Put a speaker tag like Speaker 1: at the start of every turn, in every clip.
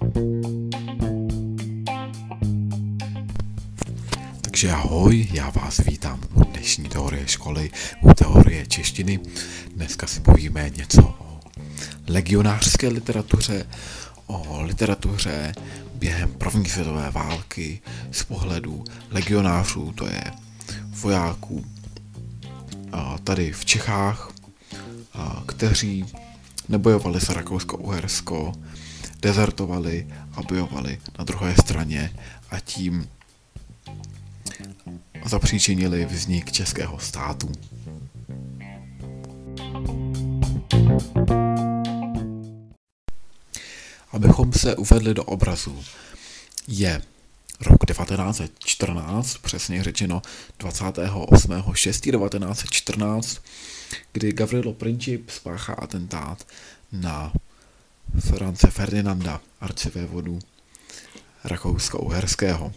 Speaker 1: Takže ahoj, já vás vítám u dnešní teorie školy, u teorie češtiny. Dneska si povíme něco o legionářské literatuře, o literatuře během první světové války z pohledu legionářů, to je vojáků tady v Čechách, kteří nebojovali za Rakousko-Uhersko, dezertovali a bojovali na druhé straně a tím zapříčinili vznik českého státu. Abychom se uvedli do obrazu, je rok 1914, přesně řečeno 28.6.1914, kdy Gavrilo Princip spáchá atentát na France Ferdinanda, arcivévodu Rakousko-Uherského.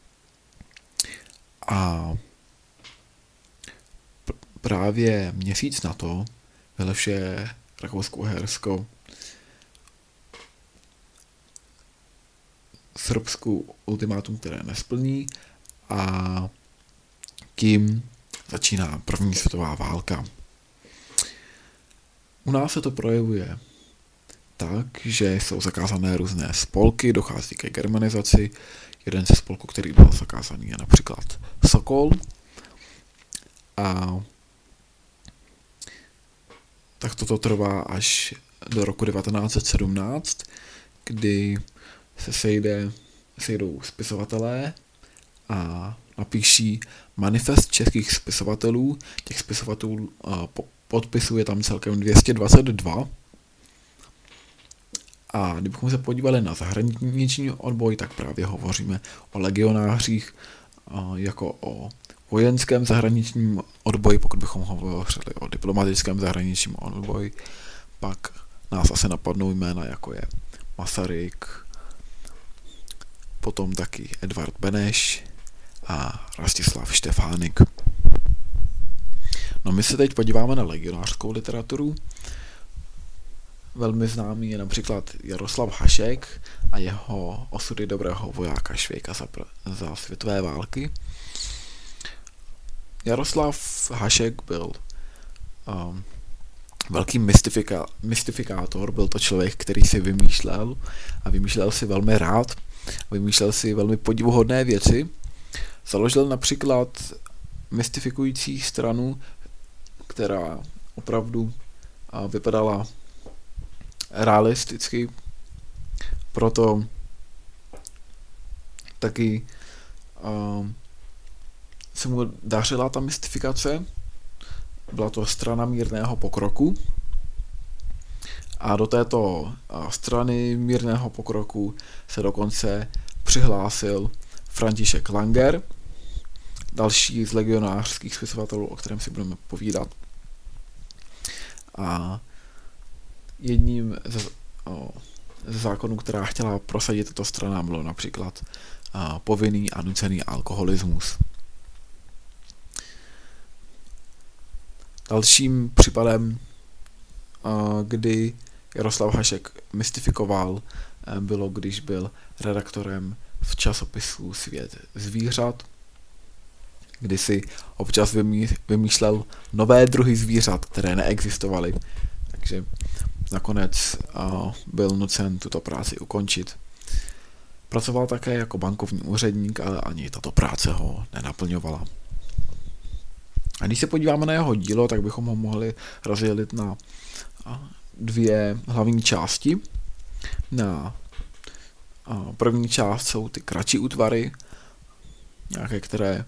Speaker 1: A právě měsíc na to vylepšuje Rakousko-Uhersko Srbsku ultimátum, které nesplní, a tím začíná první světová válka. U nás se to projevuje tak, že jsou zakázané různé spolky, dochází ke germanizaci. Jeden ze spolků, který byl zakázaný, je například Sokol. A tak toto trvá až do roku 1917, kdy se sejdou spisovatelé a napíší manifest českých spisovatelů. Těch spisovatelů podpisů je tam celkem 222. A kdybychom se podívali na zahraniční odboj, tak právě hovoříme o legionářích jako o vojenském zahraničním odboji. Pokud bychom hovořili o diplomatickém zahraničním odboji, pak nás asi napadnou jména, jako je Masaryk, potom taky Edvard Beneš a Rastislav Štefánik. No, my se teď podíváme na legionářskou literaturu. Velmi známý je například Jaroslav Hašek a jeho Osudy dobrého vojáka Švejka za světové války. Jaroslav Hašek byl velký mystifikátor, byl to člověk, který si vymýšlel a vymýšlel si velmi rád, vymýšlel si velmi podivuhodné věci. Založil například mystifikující stranu, která opravdu vypadala realisticky, proto taky se mu dařila ta mystifikace. Byla to strana mírného pokroku a do této strany mírného pokroku se dokonce přihlásil František Langer, další z legionářských spisovatelů, o kterém si budeme povídat. A jedním ze zákonů, která chtěla prosadit tato strana, bylo například povinný a nucený alkoholismus. Dalším případem, kdy Jaroslav Hašek mystifikoval, bylo, když byl redaktorem v časopisu Svět zvířat, kdy si občas vymýšlel nové druhy zvířat, které neexistovaly. Takže nakonec byl nucen tuto práci ukončit. Pracoval také jako bankovní úředník, ale ani tato práce ho nenaplňovala. A když se podíváme na jeho dílo, tak bychom ho mohli rozdělit na dvě hlavní části. Na první část jsou ty kratší útvary, nějaké, které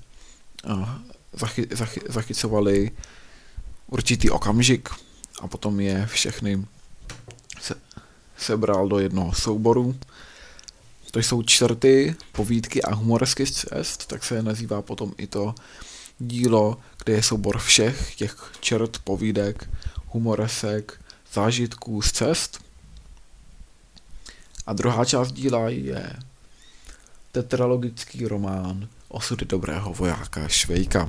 Speaker 1: zachycovaly určitý okamžik a potom je všechny sebral do jednoho souboru. To jsou čtvrty, povídky a humoresky z cest, tak se nazývá potom i to dílo, kde je soubor všech těch čert, povídek, humoresek, zážitků z cest. A druhá část díla je tetralogický román Osudy dobrého vojáka Švejka.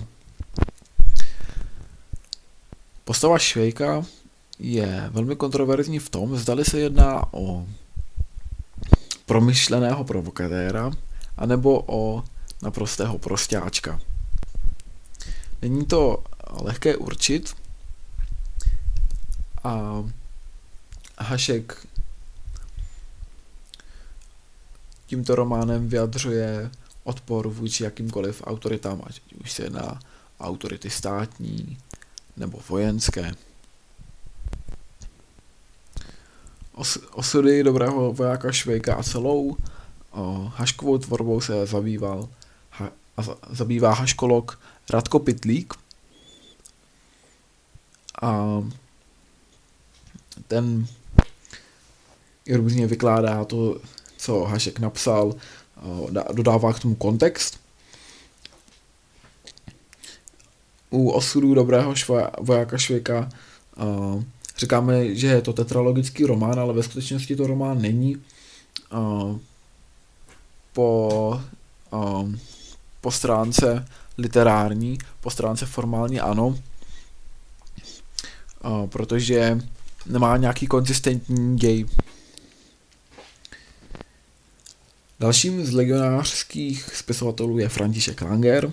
Speaker 1: Postava Švejka je velmi kontroverzní v tom, zdali se jedná o promyšleného provokatéra, anebo o naprostého prostáčka. Není to lehké určit a Hašek tímto románem vyjadřuje odpor vůči jakýmkoliv autoritám, ať už se jedná autority státní nebo vojenské. Osudy dobrého vojáka Švejka a celou Haškovou tvorbou se zabývá haškolog Radko Pytlík a ten různě vykládá to, co Hašek napsal, dodává k tomu kontext. U Osudu dobrého vojáka Švejka říkáme, že je to tetralogický román, ale ve skutečnosti to román není. Po stránce literární, po stránce formální ano, protože nemá nějaký konzistentní děj. Dalším z legionářských spisovatelů je František Langer.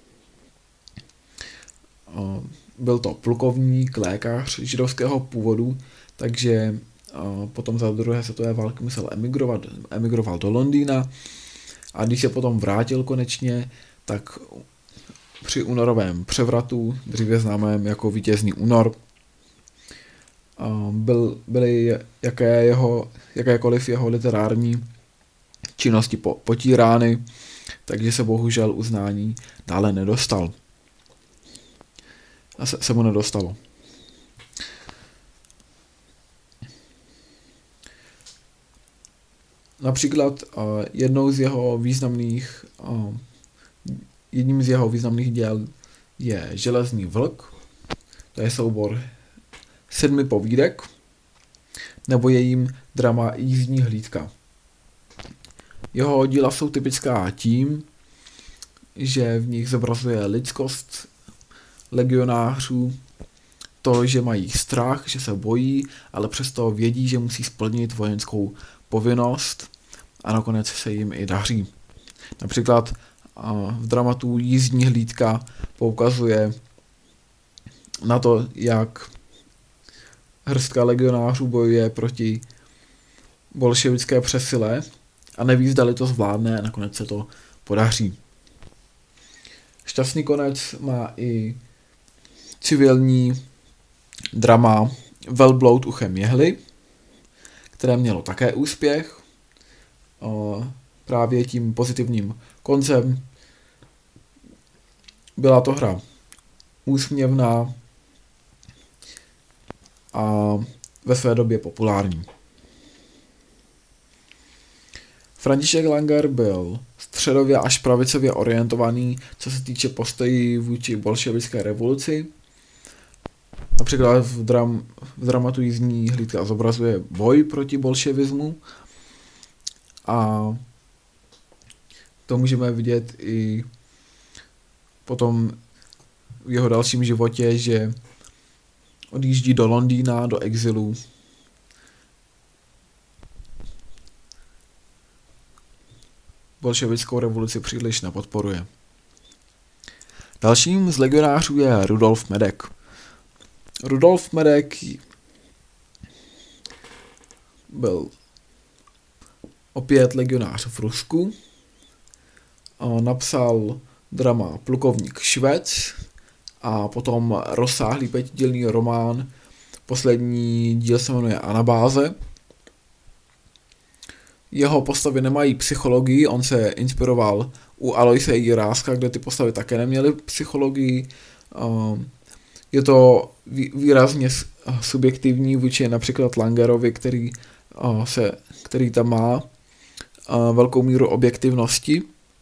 Speaker 1: Byl to plukovník, lékař židovského původu, takže potom za druhé světové války musel emigroval do Londýna a když se potom vrátil konečně, tak při únorovém převratu, dříve známém jako vítězný únor, byly jakékoliv jeho literární činnosti potírány, takže se bohužel uznání dále nedostal. A se mu nedostalo. Například jedním z jeho významných děl je Železný vlk, to je soubor 7 povídek, nebo jejím drama Jízdní hlídka. Jeho díla jsou typická tím, že v nich zobrazuje lidskost legionářů, to, že mají strach, že se bojí, ale přesto vědí, že musí splnit vojenskou povinnost a nakonec se jim i daří. Například v dramatu Jízdní hlídka poukazuje na to, jak hrstka legionářů bojuje proti bolševické přesile a neví, zdali to zvládne a nakonec se to podaří. Šťastný konec má i civilní drama Velbloud uchem jehly, které mělo také úspěch. Právě tím pozitivním koncem. Byla to hra úsměvná a ve své době populární. František Langer byl středově až pravicově orientovaný, co se týče postojí vůči bolševické revoluci. Například v dramatu Jízdní hlídka zobrazuje boj proti bolševismu a to můžeme vidět i potom v jeho dalším životě, že odjíždí do Londýna, do exilu. Bolševickou revoluci příliš nepodporuje. Dalším z legionářů je Rudolf Medek. Rudolf Medek byl opět legionář v Rusku. Napsal drama Plukovník Švec a potom rozsáhlý 5dílný román. Poslední díl se jmenuje Anabáze. Jeho postavy nemají psychologii, on se inspiroval u Aloise Jiráska, kde ty postavy také neměly psychologii. Je to výrazně subjektivní vůči například Langerovi, který tam má velkou míru objektivnosti.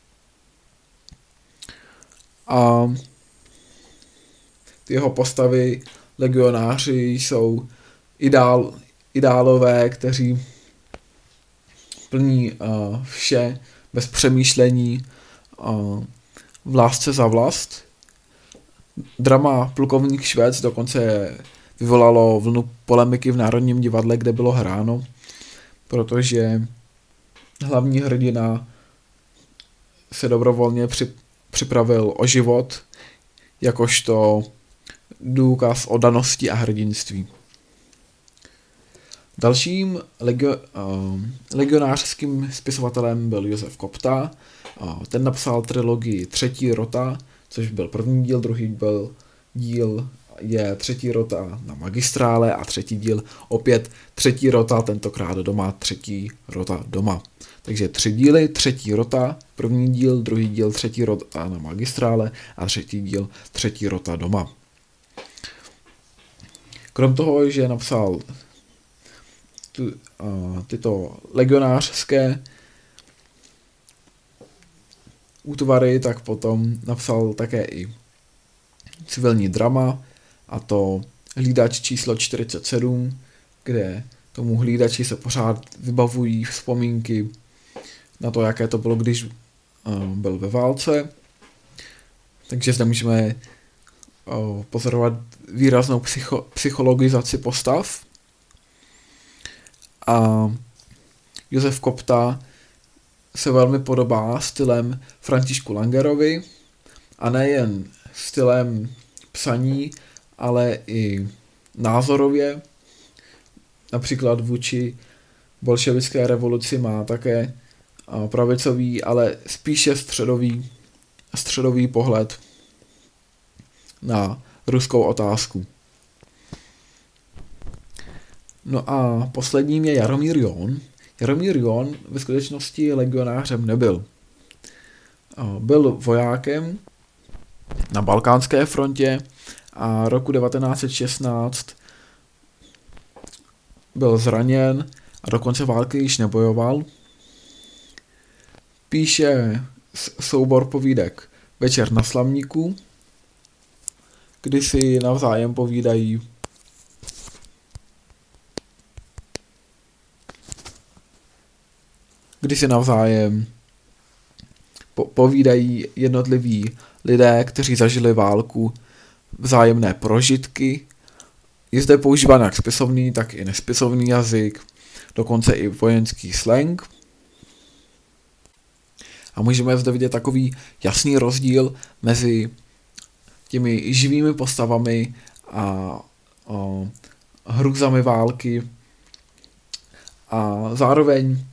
Speaker 1: A ty jeho postavy legionáři jsou ideálové, kteří plní vše bez přemýšlení v lásce za vlast. Drama Plukovník Švec dokonce vyvolalo vlnu polemiky v Národním divadle, kde bylo hráno, protože hlavní hrdina se dobrovolně připravil o život jakožto důkaz o danosti a hrdinství. Dalším legionářským spisovatelem byl Josef Kopta. Ten napsal trilogii Třetí rota, což byl první díl, druhý díl je Třetí rota na magistrále a třetí díl opět Třetí rota, tentokrát doma, Třetí rota doma. Takže 3 díly, Třetí rota, první díl, druhý díl Třetí rota na magistrále a třetí díl Třetí rota doma. Krom toho, že napsal tyto legionářské útvary, tak potom napsal také i civilní drama, a to Hlídač číslo 47, kde tomu hlídači se pořád vybavují vzpomínky na to, jaké to bylo, když byl ve válce. Takže zde můžeme pozorovat výraznou psychologizaci postav. A Josef Kopta se velmi podobá stylem Františku Langerovi, a nejen stylem psaní, ale i názorově. Například vůči bolševické revoluci má také pravicový, ale spíše středový pohled na ruskou otázku. No a posledním je Jaromír John. Jaromír John ve skutečnosti legionářem nebyl. Byl vojákem na Balkánské frontě a roku 1916 byl zraněn a do konce války již nebojoval. Píše soubor povídek Večer na Slamníku, kdy si navzájem povídají povídají jednotliví lidé, kteří zažili válku, vzájemné prožitky. Je zde používán jak spisovný, tak i nespisovný jazyk, dokonce i vojenský slang. A můžeme zde vidět takový jasný rozdíl mezi těmi živými postavami a hrůzami války. A zároveň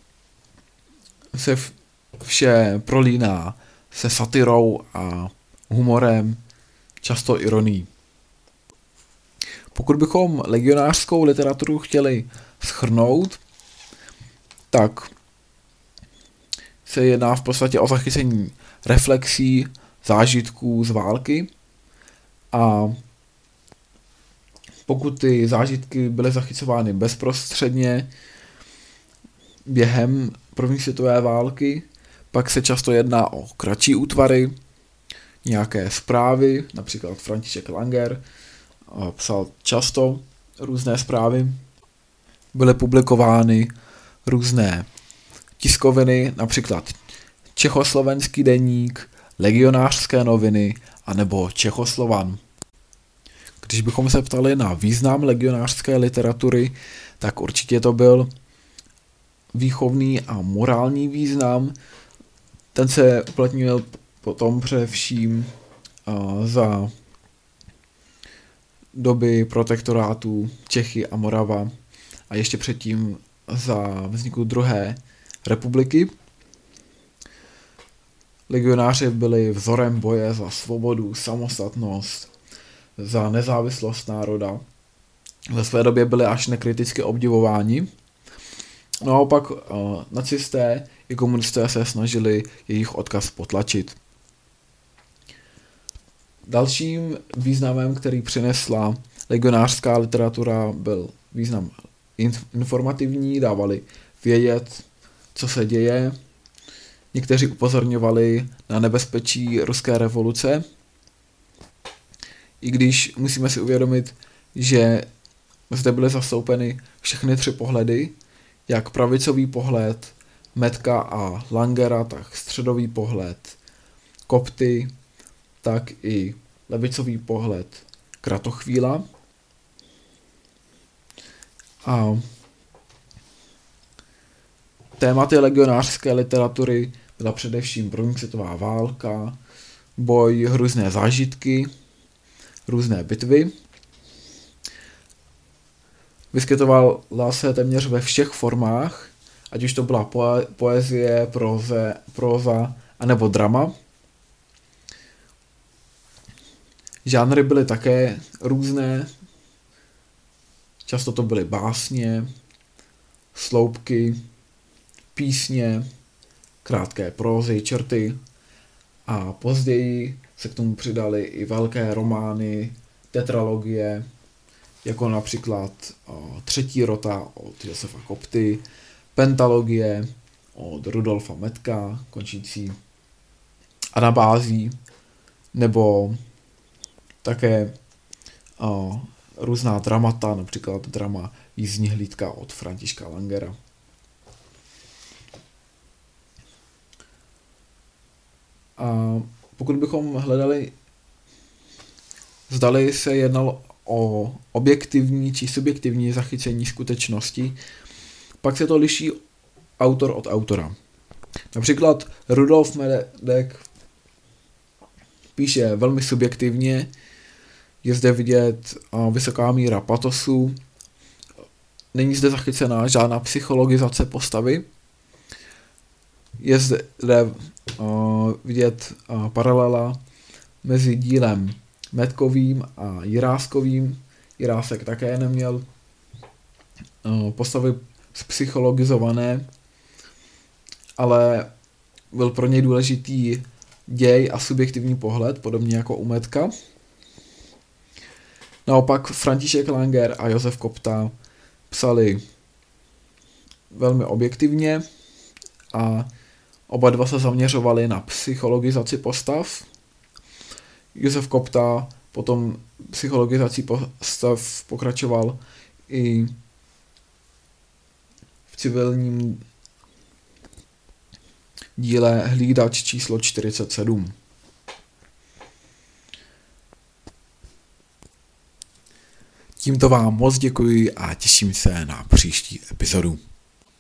Speaker 1: se vše prolíná se satirou a humorem, často ironií. Pokud bychom legionářskou literaturu chtěli shrnout, tak se jedná v podstatě o zachycení reflexí, zážitků z války, a pokud ty zážitky byly zachycovány bezprostředně během první světové války, pak se často jedná o kratší útvary, nějaké zprávy, například František Langer psal často různé zprávy, byly publikovány různé tiskoviny, například Čechoslovenský deník, Legionářské noviny anebo Čechoslovan. Když bychom se ptali na význam legionářské literatury, tak určitě to byl výchovný a morální význam. Ten se uplatnil potom především za doby protektorátu Čechy a Morava a ještě předtím za vzniku druhé republiky. Legionáři byli vzorem boje za svobodu, samostatnost, za nezávislost národa. Ve své době byli až nekriticky obdivováni. Naopak nacisté i komunisté se snažili jejich odkaz potlačit. Dalším významem, který přinesla legionářská literatura, byl význam informativní, dávali vědět, co se děje. Někteří upozorňovali na nebezpečí ruské revoluce, i když musíme si uvědomit, že zde byly zastoupeny všechny 3 pohledy, jak pravicový pohled Metka a Langera, tak středový pohled Kopty, tak i levicový pohled Kratochvíla. A Tématy legionářské literatury byla především první světová válka, boj, různé zážitky, různé bitvy. Vyskytovala se téměř ve všech formách, ať už to byla poezie, próza anebo drama. Žánry byly také různé, často to byly básně, sloupky, písně, krátké prózy, črty a později se k tomu přidaly i velké romány, tetralogie, jako například Třetí rota od Josefa Kopty, pentalogie od Rudolfa Metka, končící anabází, nebo také různá dramata, například drama Jízdní hlídka od Františka Langera. A pokud bychom hledali, zdali se jednalo o objektivní či subjektivní zachycení skutečnosti, pak se to liší autor od autora. Například Rudolf Medek píše velmi subjektivně, je zde vidět vysoká míra patosu, není zde zachycená žádná psychologizace postavy, je zde vidět paralela mezi dílem Metkovým a Jiráskovým. Jirásek také neměl postavy psychologizované, ale byl pro něj důležitý děj a subjektivní pohled, podobně jako u Metka. Naopak František Langer a Josef Kopta psali velmi objektivně a oba dva se zaměřovali na psychologizaci postav. Josef Kopta potom psychologizací postav pokračoval i v civilním díle Hlídač číslo 47. Tímto vám moc děkuji a těším se na příští epizodu.